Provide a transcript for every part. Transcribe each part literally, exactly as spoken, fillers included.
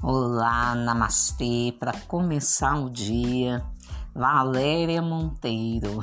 Olá, namastê, para começar o dia, Valéria Monteiro.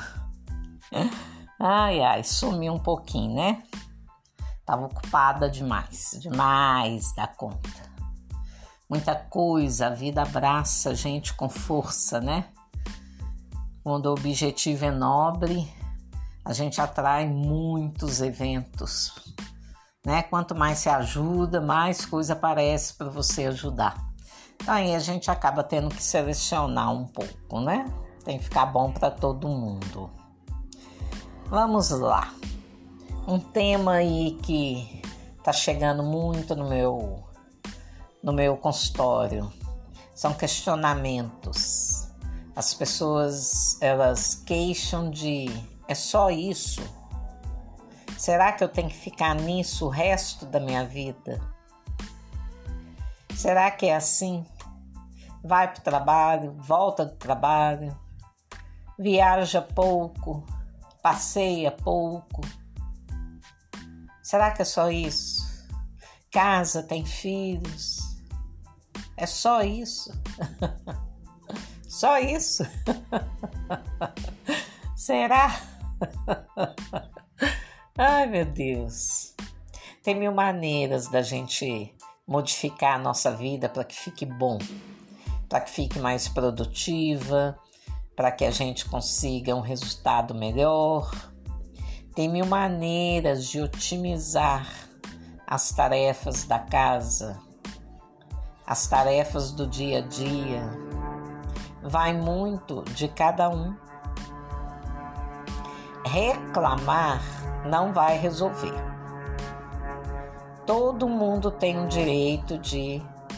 Ai, ai, sumi um pouquinho, né? Tava ocupada demais, demais da conta. Muita coisa, a vida abraça a gente com força, né? Quando o objetivo é nobre, a gente atrai muitos eventos. Né? Quanto mais se ajuda, mais coisa aparece para você ajudar. Então aí a gente acaba tendo que selecionar um pouco, né? Tem que ficar bom para todo mundo. Vamos lá. Um tema aí que tá chegando muito no meu, no meu consultório são questionamentos. As pessoas, elas queixam de é só isso? Será que eu tenho que ficar nisso o resto da minha vida? Será que é assim? Vai para o trabalho, volta do trabalho, viaja pouco, passeia pouco. Será que é só isso? Casa, tem filhos. É só isso? Só isso? Será? Ai, meu Deus. Tem mil maneiras da gente modificar a nossa vida para que fique bom, para que fique mais produtiva, para que a gente consiga um resultado melhor. Tem mil maneiras de otimizar as tarefas da casa, as tarefas do dia a dia. Vai muito de cada um. Reclamar não vai resolver. Todo mundo tem o direito de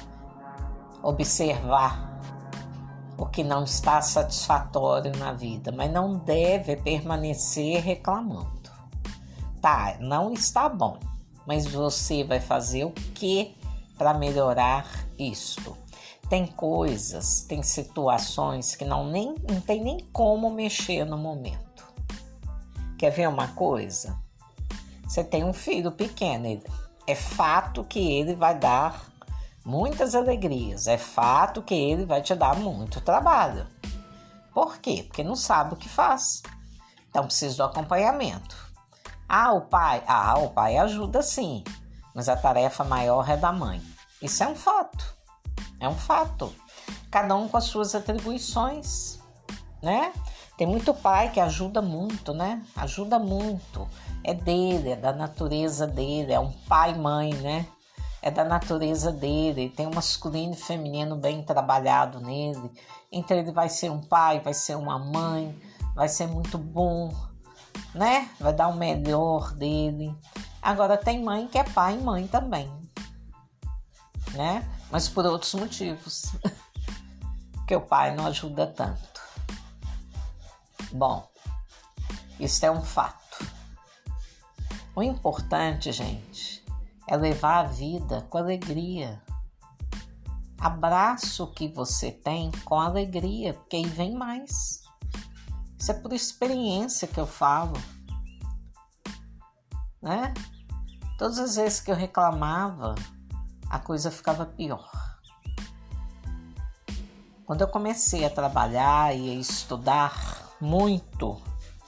observar o que não está satisfatório na vida, mas não deve permanecer reclamando. Tá, não está bom, mas você vai fazer o que para melhorar isto? Tem coisas, tem situações que não, nem, não tem nem como mexer no momento. Quer ver uma coisa? Você tem um filho pequeno, ele, é fato que ele vai dar muitas alegrias, é fato que ele vai te dar muito trabalho. Por quê? Porque não sabe o que faz. Então precisa do acompanhamento. Ah, o pai, ah, o pai ajuda sim, mas a tarefa maior é da mãe. Isso é um fato, é um fato. Cada um com as suas atribuições, né? Tem muito pai que ajuda muito, né? Ajuda muito. É dele, é da natureza dele, é um pai e mãe, né? É da natureza dele, tem um masculino e feminino bem trabalhado nele. Então ele vai ser um pai, vai ser uma mãe, vai ser muito bom, né? Vai dar o melhor dele. Agora tem mãe que é pai e mãe também, né? Mas por outros motivos. Porque o pai não ajuda tanto. Bom, isso é um fato. O importante, gente, é levar a vida com alegria. Abraça o que você tem com alegria, porque aí vem mais. Isso é por experiência que eu falo, né? Todas as vezes que eu reclamava, a coisa ficava pior. Quando eu comecei a trabalhar e a estudar muito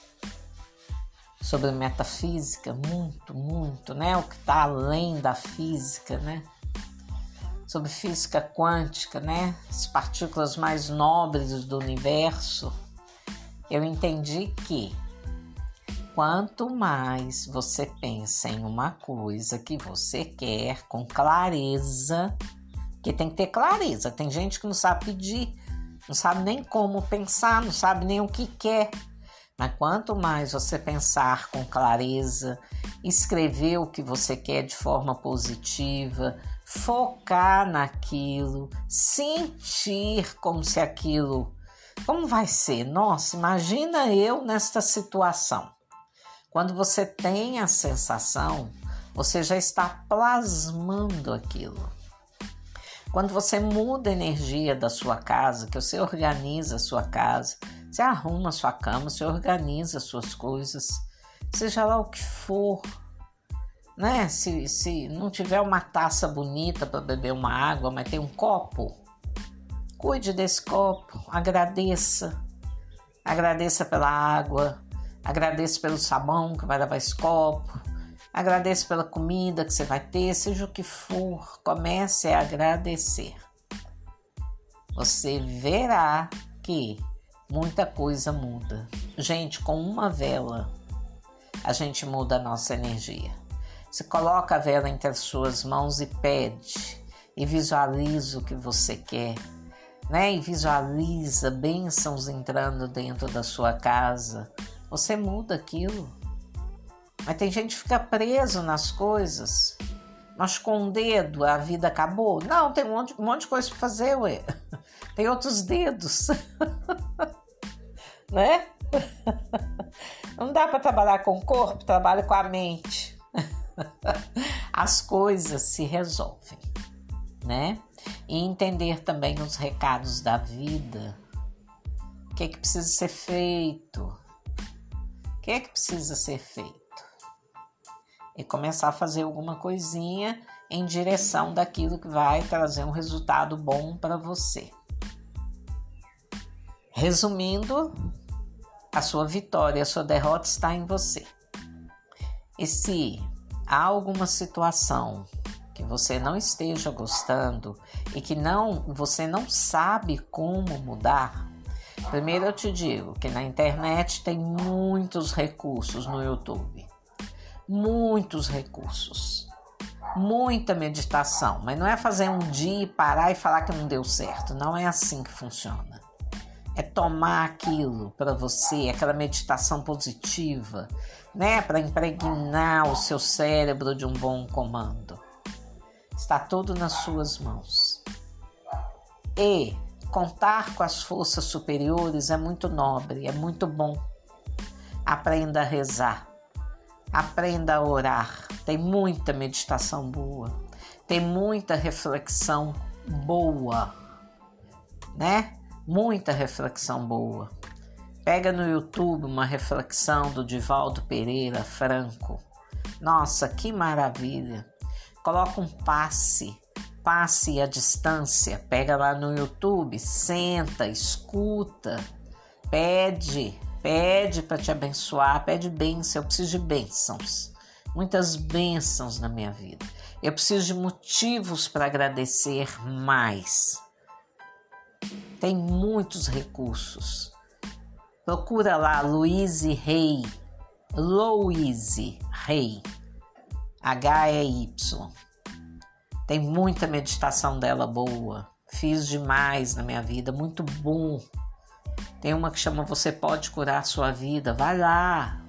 sobre metafísica, muito, muito, né? O que está além da física, né? Sobre física quântica, né? As partículas mais nobres do universo. Eu entendi que quanto mais você pensa em uma coisa que você quer com clareza, que tem que ter clareza. Tem gente que não sabe pedir, não sabe nem como pensar, não sabe nem o que quer. Mas quanto mais você pensar com clareza, escrever o que você quer de forma positiva, focar naquilo, sentir como se aquilo... Como vai ser? Nossa, imagina eu nesta situação. Quando você tem a sensação, você já está plasmando aquilo. Quando você muda a energia da sua casa, que você organiza a sua casa, você arruma a sua cama, você organiza as suas coisas, seja lá o que for, né? Se, se não tiver uma taça bonita para beber uma água, mas tem um copo, cuide desse copo, agradeça. Agradeça pela água, agradeça pelo sabão que vai lavar esse copo, agradeça pela comida que você vai ter, seja o que for, comece a agradecer. Você verá que muita coisa muda. Gente, com uma vela, a gente muda a nossa energia. Você coloca a vela entre as suas mãos e pede, e visualiza o que você quer, né? E visualiza bênçãos entrando dentro da sua casa. Você muda aquilo. Mas tem gente que fica preso nas coisas. Mas com um dedo a vida acabou. Não, tem um monte, um monte de coisa para fazer, ué. Tem outros dedos. Né? Não dá para trabalhar com o corpo, trabalha com a mente. As coisas se resolvem, né? E entender também os recados da vida. O que é que precisa ser feito? O que é que precisa ser feito? E começar a fazer alguma coisinha em direção daquilo que vai trazer um resultado bom para você. Resumindo, a sua vitória, a sua derrota está em você. E se há alguma situação que você não esteja gostando e que não, você não sabe como mudar, primeiro eu te digo que na internet tem muitos recursos no YouTube. Muitos recursos, muita meditação, mas não é fazer um dia e parar e falar que não deu certo, não é assim que funciona. É tomar aquilo para você, aquela meditação positiva, né, para impregnar o seu cérebro de um bom comando. Está tudo nas suas mãos. E contar com as forças superiores é muito nobre, é muito bom. Aprenda a rezar. Aprenda a orar. Tem muita meditação boa. Tem muita reflexão boa, né? Muita reflexão boa. Pega no YouTube uma reflexão do Divaldo Pereira Franco. Nossa, que maravilha. Coloca um passe. Passe à distância. Pega lá no YouTube. Senta, escuta. Pede. Pede para te abençoar, pede bênção. Eu preciso de bênçãos, muitas bênçãos na minha vida. Eu preciso de motivos para agradecer mais. Tem muitos recursos. Procura lá Louise Hay, Louise Hay, H E Y. Tem muita meditação dela boa. Fiz demais na minha vida, muito bom. Tem uma que chama Você Pode Curar a Sua Vida. Vai lá.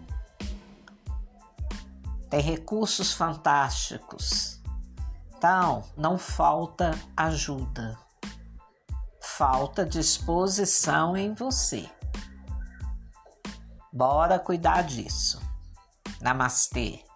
Tem recursos fantásticos. Então, não falta ajuda. Falta disposição em você. Bora cuidar disso. Namastê.